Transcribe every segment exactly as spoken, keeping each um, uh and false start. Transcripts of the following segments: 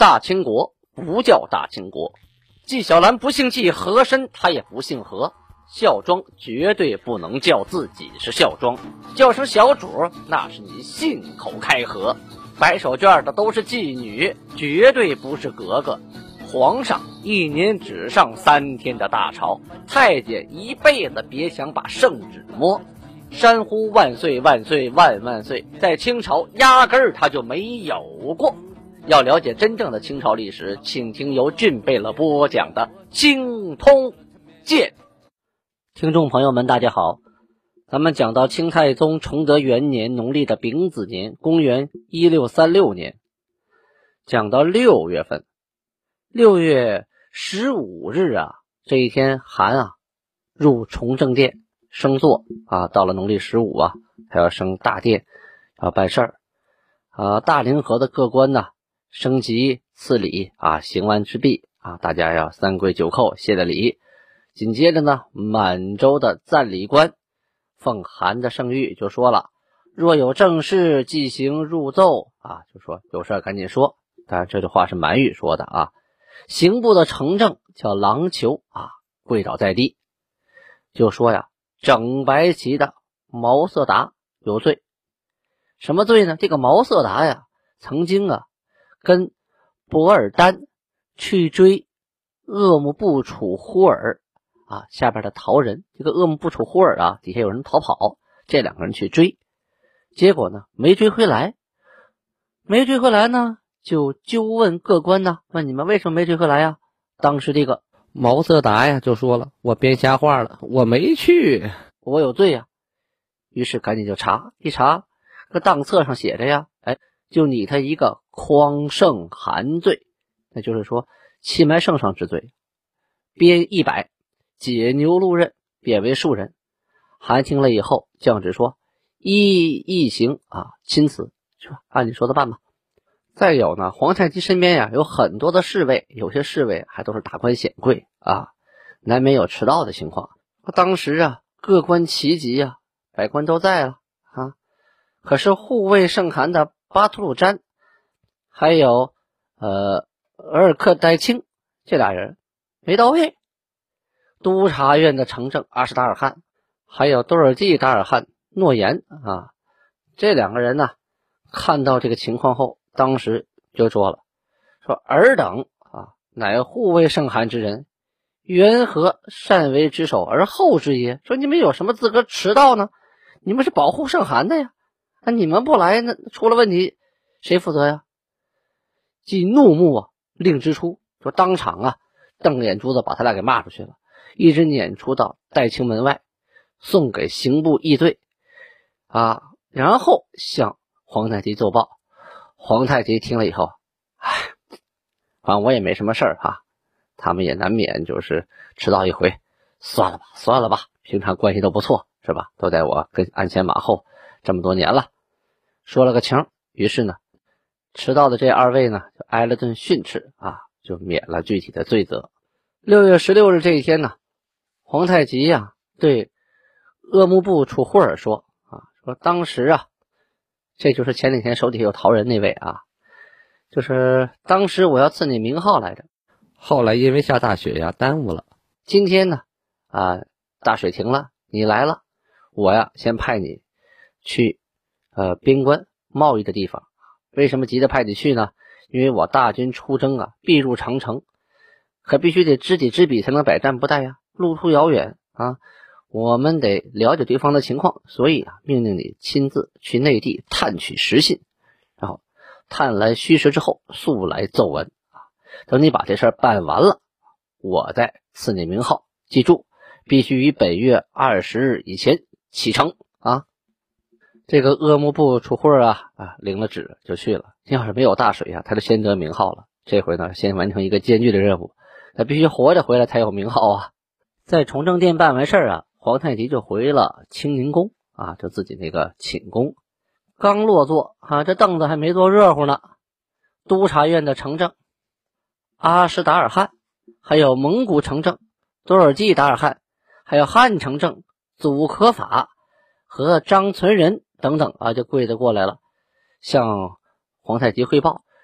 大清国不叫大清国，纪晓岚不姓纪，和珅他也不姓和。孝庄绝对不能叫自己是孝庄，叫声小主那是你信口开河。摆手绢的都是妓女，绝对不是格格。皇上一年只上三天的大朝，太监一辈子别想把圣旨摸。山呼万岁万岁万万岁，在清朝压根儿他就没有过。要了解真正的清朝历史，请听由俊贝勒播讲的《清通鉴》。听众朋友们大家好，咱们讲到清太宗崇德元年农历的丙子年，公元一六三六年，讲到六月份，六月十五日啊，这一天韩啊入崇政殿升座啊，到了农历十五啊，还要升大殿，要办事儿啊。大凌河的各官呢，升级赐礼啊，行完之毕啊，大家要三跪九叩谢了礼。紧接着呢，满洲的赞礼官奉韩的圣谕就说了，若有正事即行入奏啊，就说有事赶紧说。当然这句话是满语说的啊。刑部的承正叫郎求啊，跪倒在地，就说呀，整白旗的毛瑟达有罪。什么罪呢？这个毛瑟达呀，曾经啊跟博尔丹去追鄂木部楚忽尔啊下边的逃人，这个鄂木部楚忽尔啊底下有人逃跑，这两个人去追，结果呢没追回来，没追回来呢就纠问各官呢，问你们为什么没追回来呀？当时这个毛瑟达呀就说了，我编瞎话了，我没去，我有罪呀。于是赶紧就查，一查这个档册上写着呀，哎，就拟他一个匡圣韩罪，那就是说欺瞒圣上之罪，鞭一百，解牛路任，贬为庶人。韩听了以后降旨说，依一行啊，钦此，说按你说的办吧。再有呢，皇太极身边呀有很多的侍卫，有些侍卫还都是达官显贵啊，难免有迟到的情况。当时啊各官齐集啊，百官都在了啊，可是护卫圣韩的巴图鲁詹还有呃额尔克代清这俩人没到位。督察院的承正阿什达尔汗还有多尔济达尔汗诺言啊，这两个人呢看到这个情况后，当时就说了，说尔等啊乃护卫圣韩之人，缘何擅为之首而后之耶？说你们有什么资格迟到呢？你们是保护圣韩的呀，那你们不来，那出了问题谁负责呀？即怒目啊令之出，说当场啊瞪眼珠子把他俩给骂出去了，一直撵出到代清门外，送给刑部议对啊，然后向皇太极奏报。皇太极听了以后，唉，反正我也没什么事儿哈，他们也难免就是迟到一回，算了吧算了吧，平常关系都不错是吧，都在我跟鞍前马后这么多年了，说了个情。于是呢迟到的这二位呢就挨了顿训斥啊，就免了具体的罪责。六月十六日这一天呢，皇太极呀、啊、对鄂木部楚忽尔说啊，说当时啊，这就是前几天手底下有逃人那位啊，就是当时我要赐你名号来着，后来因为下大雪呀耽误了。今天呢啊大水停了，你来了，我呀先派你去呃边关贸易的地方。为什么急着派你去呢？因为我大军出征啊，必入长城，可必须得知己知彼才能百战不殆呀，路途遥远啊，我们得了解对方的情况，所以啊，命令你亲自去内地探取实信，然后探来虚实之后，速来奏闻啊。等你把这事儿办完了，我再赐你名号，记住，必须于本月二十日以前启程啊。这个鄂木部楚忽尔啊啊领了旨就去了。要是没有大水啊，他就先得名号了。这回呢，先完成一个艰巨的任务，他必须活着回来才有名号啊。在崇政殿办完事儿啊，皇太极就回了清宁宫啊，就自己那个寝宫。刚落座啊，这凳子还没坐热乎呢，督察院的承正阿什达尔汗，还有蒙古承正多尔济达尔汗，还有汉承正祖可法和张存仁等等啊，就跪着过来了，向皇太极汇报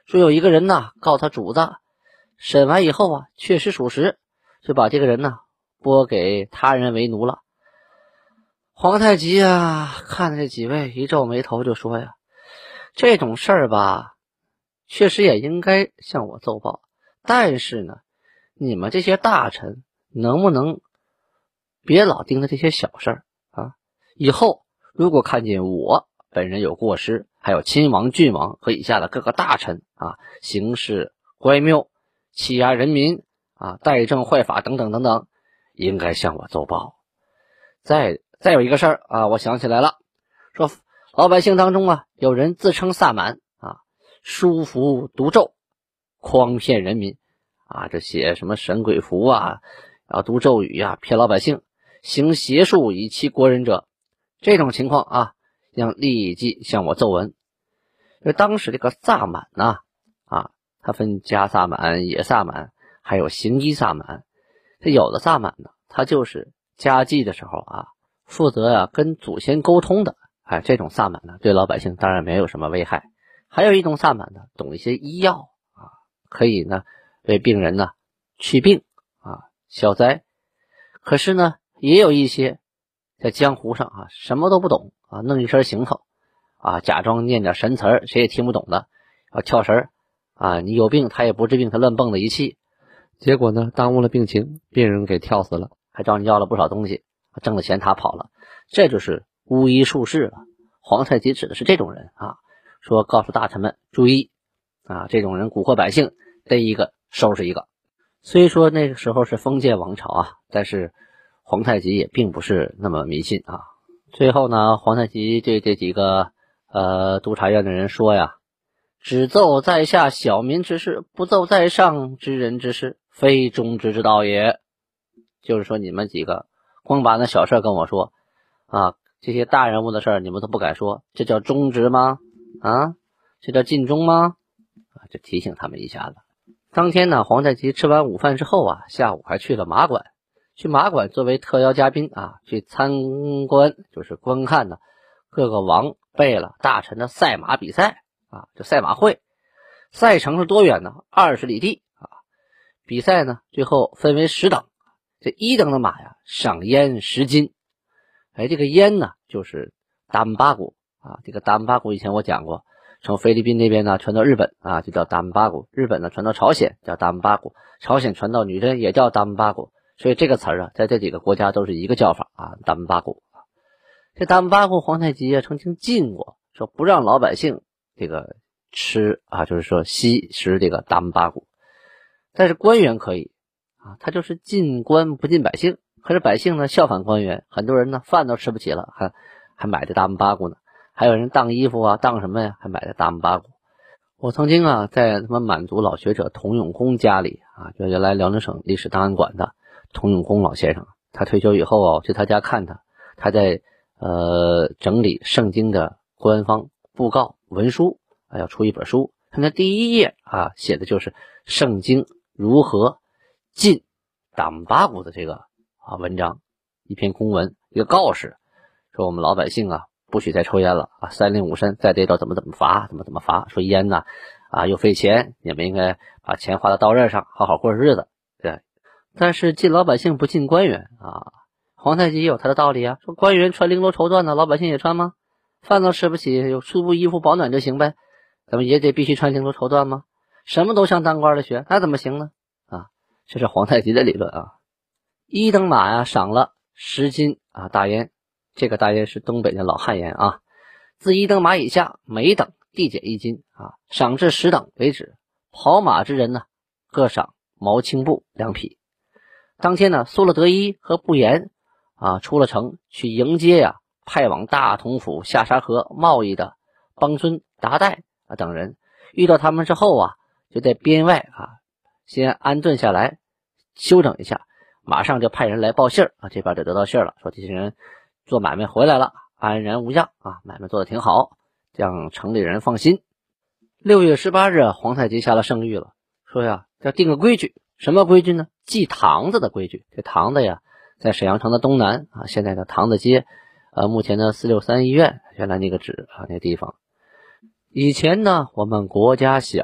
说有一个人呢告他主子，审完以后啊，确实属实，就把这个人呢拨给他人为奴了。皇太极啊，看着这几位一皱眉头就说呀，这种事儿吧，确实也应该向我奏报，但是呢，你们这些大臣能不能别老盯着这些小事儿啊？以后如果看见我本人有过失，还有亲王、郡王和以下的各个大臣啊，行事乖谬、欺压人民啊、怠政坏法等等等等，应该向我奏报。再再有一个事儿啊，我想起来了，说老百姓当中啊，有人自称萨满啊，书符读咒，诓骗人民啊，这写什么神鬼符啊，然后读咒语啊，骗老百姓，行邪术以欺国人者，这种情况啊，应立即向我奏闻。因为当时这个萨满呢，啊，它分家萨满、野萨满，还有行医萨满。这有的萨满呢，他就是家祭的时候啊，负责啊跟祖先沟通的，哎，这种萨满呢，对老百姓当然没有什么危害。还有一种萨满呢，懂一些医药啊，可以呢为病人呢去病啊消灾。可是呢，也有一些在江湖上啊什么都不懂啊，弄一身行头啊，假装念点神词儿，谁也听不懂的，要跳神儿啊，你有病他也不治病，他乱蹦的一气，结果呢耽误了病情，病人给跳死了，还找你要了不少东西，挣了钱他跑了，这就是巫医术士了。皇太极指的是这种人啊，说告诉大臣们注意啊，这种人蛊惑百姓，逮一个收拾一个。虽说那个时候是封建王朝啊，但是皇太极也并不是那么迷信啊。最后呢，皇太极对这几个呃督察院的人说呀，只奏在下小民之事，不奏在上之人之事，非忠直之道也。就是说你们几个光把那小事跟我说啊，这些大人物的事儿你们都不敢说，这叫忠直吗？啊，这叫尽忠吗？啊，就提醒他们一下子。当天呢，皇太极吃完午饭之后啊，下午还去了马馆，去马馆作为特邀嘉宾啊，去参观，就是观看呢各个王贝了大臣的赛马比赛啊，就赛马会。赛程是多远呢？二十里地啊。比赛呢，最后分为十等，这一等的马呀，赏烟十斤。哎，这个烟呢，就是丹巴古啊，这个丹巴古以前我讲过，从菲律宾那边呢传到日本啊，就叫丹巴古；日本呢传到朝鲜叫丹巴古；朝鲜传到女真也叫丹巴古。所以这个词儿啊，在这几个国家都是一个叫法啊，丹巴古。这丹巴古皇太极啊曾经禁过，说不让老百姓这个吃啊，就是说吸食这个丹巴古。但是官员可以啊，他就是禁官不禁百姓。可是百姓呢效反官员，很多人呢饭都吃不起了，还还买这大巴古呢，还有人当衣服啊，当什么呀，还买这大巴古。我曾经啊在他们满族老学者童永公家里啊，就原来辽宁省历史档案馆的童永公老先生，他退休以后啊，我去他家看他，他在呃整理圣经的官方布告文书啊，要出一本书，他那第一页啊写的就是圣经如何禁党八股的这个啊文章，一篇公文，一个告示，说我们老百姓啊不许再抽烟了啊，三令五申，再逮到怎么怎么罚，怎么怎么罚。说烟呢啊又费钱，你们应该把钱花到刀刃上，好好过日子。对，但是禁老百姓不禁官员啊，皇太极也有他的道理啊。说官员穿绫罗绸缎的，老百姓也穿吗？饭都吃不起，有书布衣服保暖就行呗，咱们也得必须穿绫罗绸缎吗？什么都向当官的学，那怎么行呢？啊，这是皇太极的理论啊。一等马呀赏了十斤啊大烟，这个大烟是东北的老汉烟啊。自一等马以下，每等递减一斤啊，赏至十等为止。跑马之人呢，各赏毛青布两匹。当天呢，苏勒德一和不言啊出了城去迎接呀、啊、派往大同府下沙河贸易的邦孙达代啊等人。遇到他们之后啊，就在边外啊先安顿下来休整一下，马上就派人来报信儿啊，这边就得到信儿了，说这些人做买卖回来了，安然无恙啊，买卖做得挺好，让城里人放心。六月十八日，皇太极下了圣谕了，说呀要定个规矩，什么规矩呢？祭堂子的规矩。这堂子呀，在沈阳城的东南啊，现在的堂子街，呃，目前的四六三医院原来那个址啊那地方。以前呢，我们国家小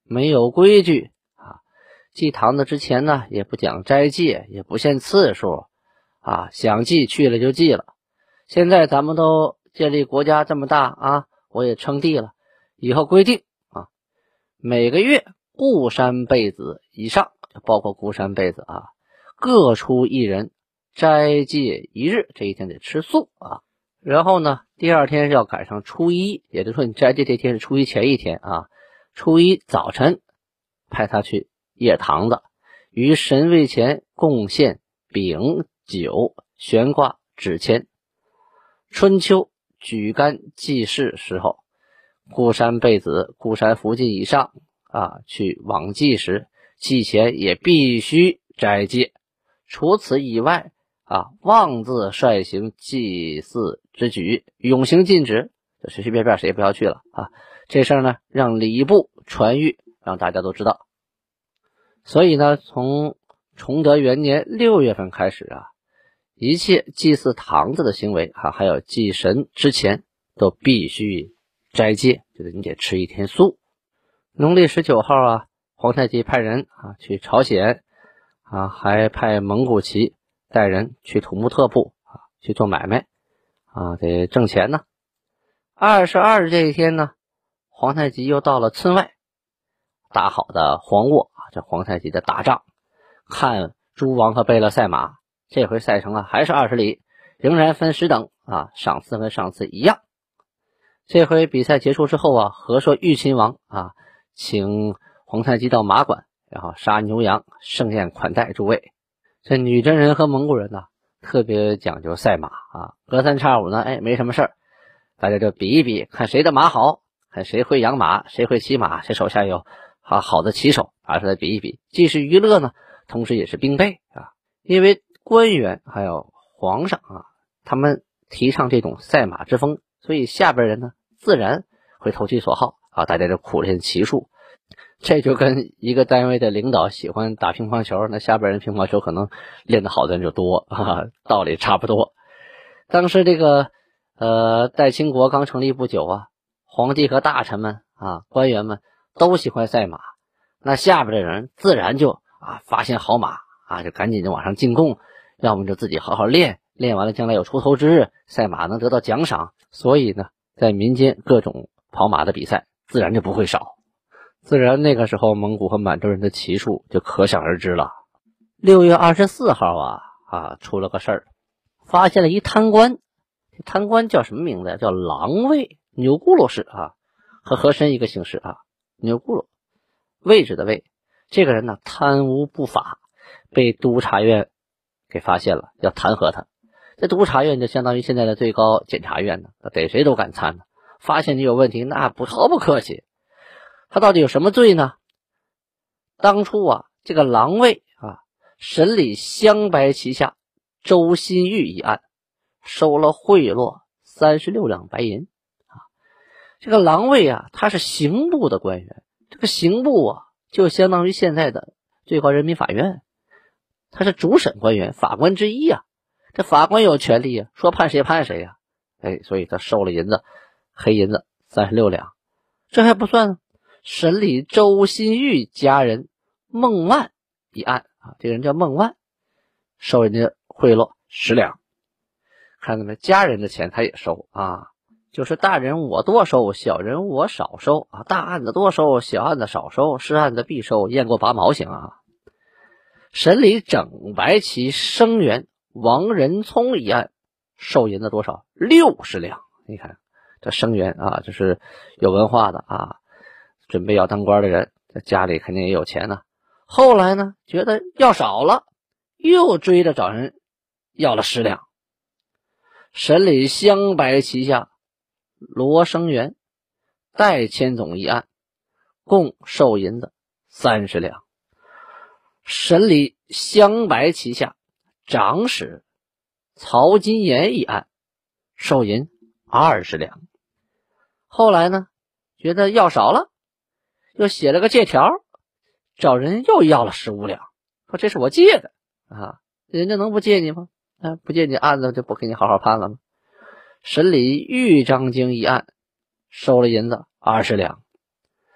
没有规矩啊。祭堂子之前呢，也不讲斋戒，也不限次数啊，想祭去了就祭了。现在咱们都建立国家这么大啊，我也称帝了，以后规定啊，每个月固山贝子以上，包括固山贝子啊，各出一人，斋戒一日，这一天得吃素啊。然后呢，第二天要赶上初一，也就是说你斋戒这天是初一前一天啊。初一早晨派他去谒堂子，于神位前贡献饼酒悬挂纸钱。春秋举竿祭祀时候，固山贝子固山附近以上啊，去往祭时，祭前也必须斋戒。除此以外啊，妄自率行祭祀之举，永行禁止，随随便便谁也不要去了啊。这事儿呢，让礼部传谕，让大家都知道。所以呢，从崇德元年六月份开始啊，一切祭祀堂子的行为啊，还有祭神之前都必须斋戒，就是你得吃一天素。农历十九号啊，皇太极派人啊去朝鲜啊，还派蒙古旗带人去土木特部啊去做买卖啊，得挣钱呢。二十二日这一天呢，皇太极又到了村外，打好的黄沃啊，这皇太极的大仗，看诸王和贝勒赛马，这回赛程啊还是二十里，仍然分十等啊，赏赐跟上次一样。这回比赛结束之后啊，和硕豫亲王啊，请皇太极到马馆，然后杀牛羊，盛宴款待诸位。这女真人和蒙古人呢，特别讲究赛马啊，隔三差五呢，哎，没什么事儿，大家就比一比，看谁的马好，看谁会养马，谁会骑马，谁手下有好好的骑手，拿出来比一比，既是娱乐呢，同时也是兵备啊。因为官员还有皇上啊，他们提倡这种赛马之风，所以下边人呢自然会投其所好啊，大家就苦练骑术。这就跟一个单位的领导喜欢打乒乓球，那下边人乒乓球可能练得好的人就多啊，道理差不多。当时这个呃代清国刚成立不久啊，皇帝和大臣们啊，官员们都喜欢赛马，那下边的人自然就啊发现好马啊，就赶紧就往上进贡，要么就自己好好练，练完了将来有出头之日，赛马能得到奖赏。所以呢，在民间各种跑马的比赛自然就不会少。自然那个时候蒙古和满洲人的骑术就可想而知了。六月二十四号啊啊出了个事儿，发现了一贪官，贪官叫什么名字呀？叫郎卫，钮钴禄氏啊，和和珅一个姓氏啊，钮钴禄，位置的位。这个人呢贪污不法，被督察院给发现了，要弹劾他。这督察院就相当于现在的最高检察院呢，逮谁都敢参呢。发现你有问题，那不毫不客气。他到底有什么罪呢？当初啊，这个郎卫啊，审理镶白旗下周新玉一案，收了贿赂三十六两白银啊。这个郎卫啊，他是刑部的官员，这个刑部啊，就相当于现在的最高人民法院，他是主审官员，法官之一啊。这法官有权利啊，说判谁判谁啊。哎，所以他收了银子，黑银子三十六两。这还不算呢，审理周新玉家人孟万一案啊，这个人叫孟万，收人家贿赂十两。看到没？家人的钱他也收啊，就是大人我多收，小人我少收啊，大案子多收，小案子少收，是案子必收，验过拔毛行啊。审理整白旗生员王仁聪一案，收银子多少？六十两。你看这生员啊，就是有文化的啊，准备要当官的人，在家里肯定也有钱呢、啊。后来呢，觉得要少了，又追着找人要了十两。审理镶白旗下罗生元、戴千总一案，共收银子三十两。审理镶白旗下长史曹金岩一案，收银二十两。后来呢，觉得要少了，又写了个借条，找人又要了十五两，说这是我借的啊，人家能不借你吗？啊，不借你案子就不给你好好判了吗？审理豫章京一案，收了银子二十两。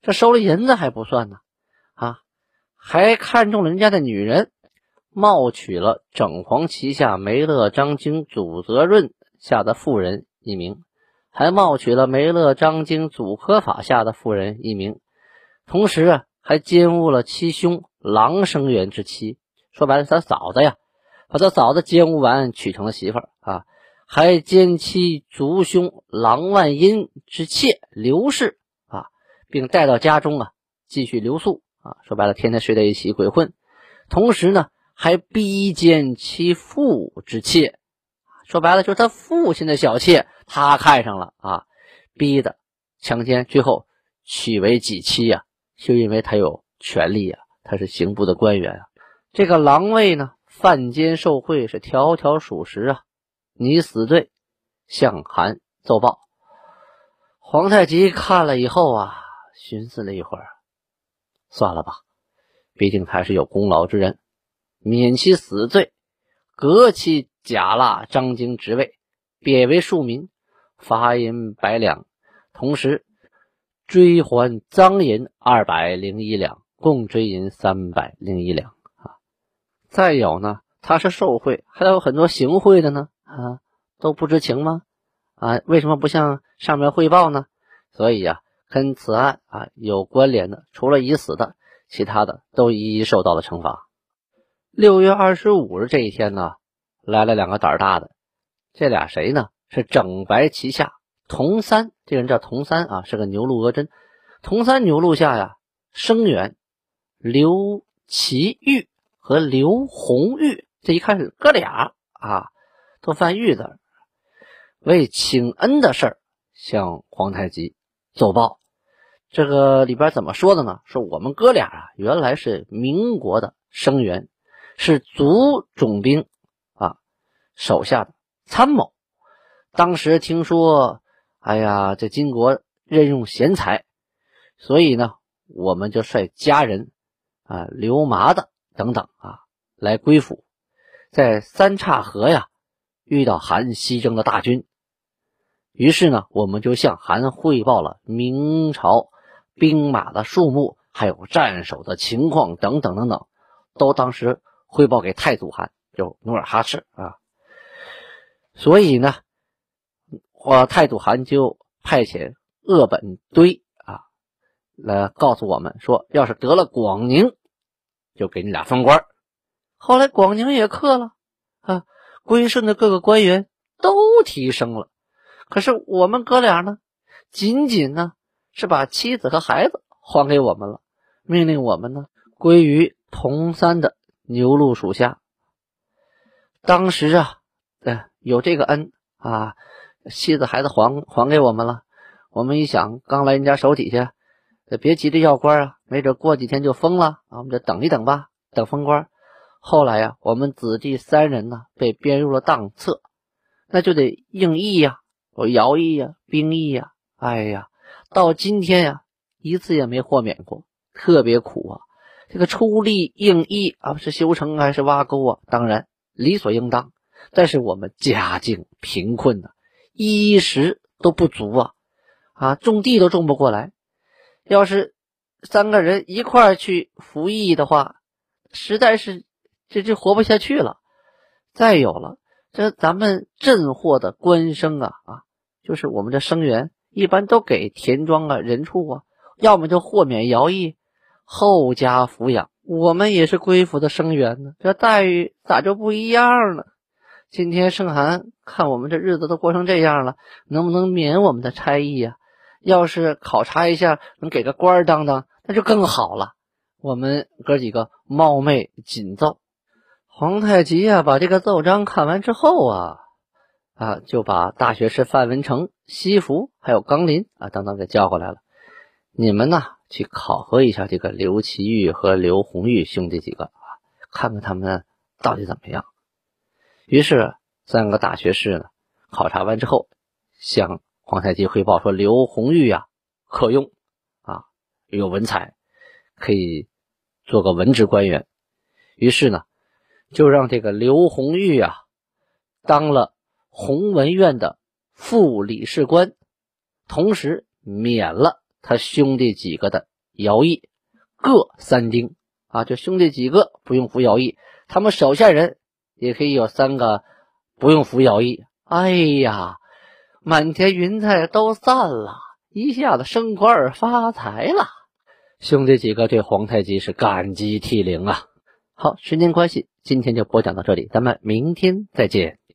这收了银子还不算呢，啊，还看中了人家的女人，冒取了整黄旗下梅勒张经祖泽润下的妇人一名，还冒取了梅勒张经祖科法下的妇人一名，同时啊，还奸污了七兄郎生源之妻，说白了他嫂子呀，把他嫂子奸污完娶成了媳妇儿啊，还奸妻族兄郎万阴之妾刘氏啊，并带到家中啊继续留宿啊，说白了天天睡在一起鬼混，同时呢还逼奸其父之妾，说白了就是他父亲的小妾，他看上了啊，逼的强奸，最后娶为己妻呀、啊，就因为他有权利啊，他是刑部的官员啊。这个郎卫呢犯奸受贿是条条属实啊，拟死罪，向函奏报。皇太极看了以后啊，寻思了一会儿，算了吧，毕竟他是有功劳之人，免其死罪，革其假腊张经职位，贬为庶民，罚银百两，同时追还赃银二百零一两，共追银三百零一两啊。再有呢，他是受贿，还有很多行贿的呢啊，都不知情吗？啊，为什么不向上面汇报呢？所以啊，跟此案啊有关联的，除了已死的，其他的都一一受到了惩罚。六月二十五日这一天呢，来了两个胆儿大的，这俩谁呢？是整白旗下童三，这个人叫童三啊，是个牛录额真。童三牛录下呀，生源刘其玉和刘红玉，这一看是哥俩啊，都犯玉字，为请恩的事儿向皇太极奏报。这个里边怎么说的呢？说我们哥俩啊，原来是民国的生源，是足总兵啊手下的参谋。当时听说，哎呀，这金国任用贤才，所以呢，我们就率家人啊、刘麻的等等啊来归附，在三岔河呀遇到韩西征的大军，于是呢，我们就向韩汇报了明朝兵马的数目，还有战守的情况等等等等，都当时汇报给太祖汗，就努尔哈赤啊。所以呢，我太祖汗就派遣鄂本堆啊来告诉我们说，要是得了广宁，就给你俩封官。后来广宁也克了啊，归顺的各个官员都提升了。可是我们哥俩呢，仅仅呢是把妻子和孩子还给我们了，命令我们呢归于童三的牛录属下。当时啊，呃，有这个恩啊，妻子孩子还还给我们了。我们一想，刚来人家手底下，别急着要官啊，没准过几天就封了啊，我们就等一等吧，等封官。后来呀、啊，我们子弟三人呢被编入了档册，那就得应役呀、啊。有徭役呀、兵役呀，哎呀，到今天呀，一次也没豁免过，特别苦啊！这个出力应役啊，是修城还是挖沟啊？当然理所应当，但是我们家境贫困呐、啊，衣食都不足啊，啊，种地都种不过来。要是三个人一块儿去服役的话，实在是这就活不下去了。再有了，这咱们镇获的官生啊啊。就是我们的生源一般都给田庄啊人畜啊，要么就豁免徭役，后加抚养。我们也是归附的生源呢，这待遇咋就不一样呢？今天盛寒看我们这日子都过成这样了，能不能免我们的差役啊？要是考察一下能给个官当当，那就更好了。我们哥几个冒昧谨奏。皇太极啊把这个奏章看完之后啊啊，就把大学士范文成、西服还有刚林啊等等给叫过来了。你们呢去考核一下这个刘其玉和刘红玉兄弟几个啊，看看他们到底怎么样。于是三个大学士呢考察完之后，向皇太极汇报说，刘红玉啊可用啊，有文采，可以做个文职官员。于是呢，就让这个刘红玉啊当了弘文院的副理事官，同时免了他兄弟几个的徭役，各三丁啊，就兄弟几个不用服徭役，他们手下人也可以有三个不用服徭役。哎呀，满天云彩都散了，一下子升官发财了。兄弟几个对皇太极是感激涕零啊。好，时间关系，今天就播讲到这里，咱们明天再见。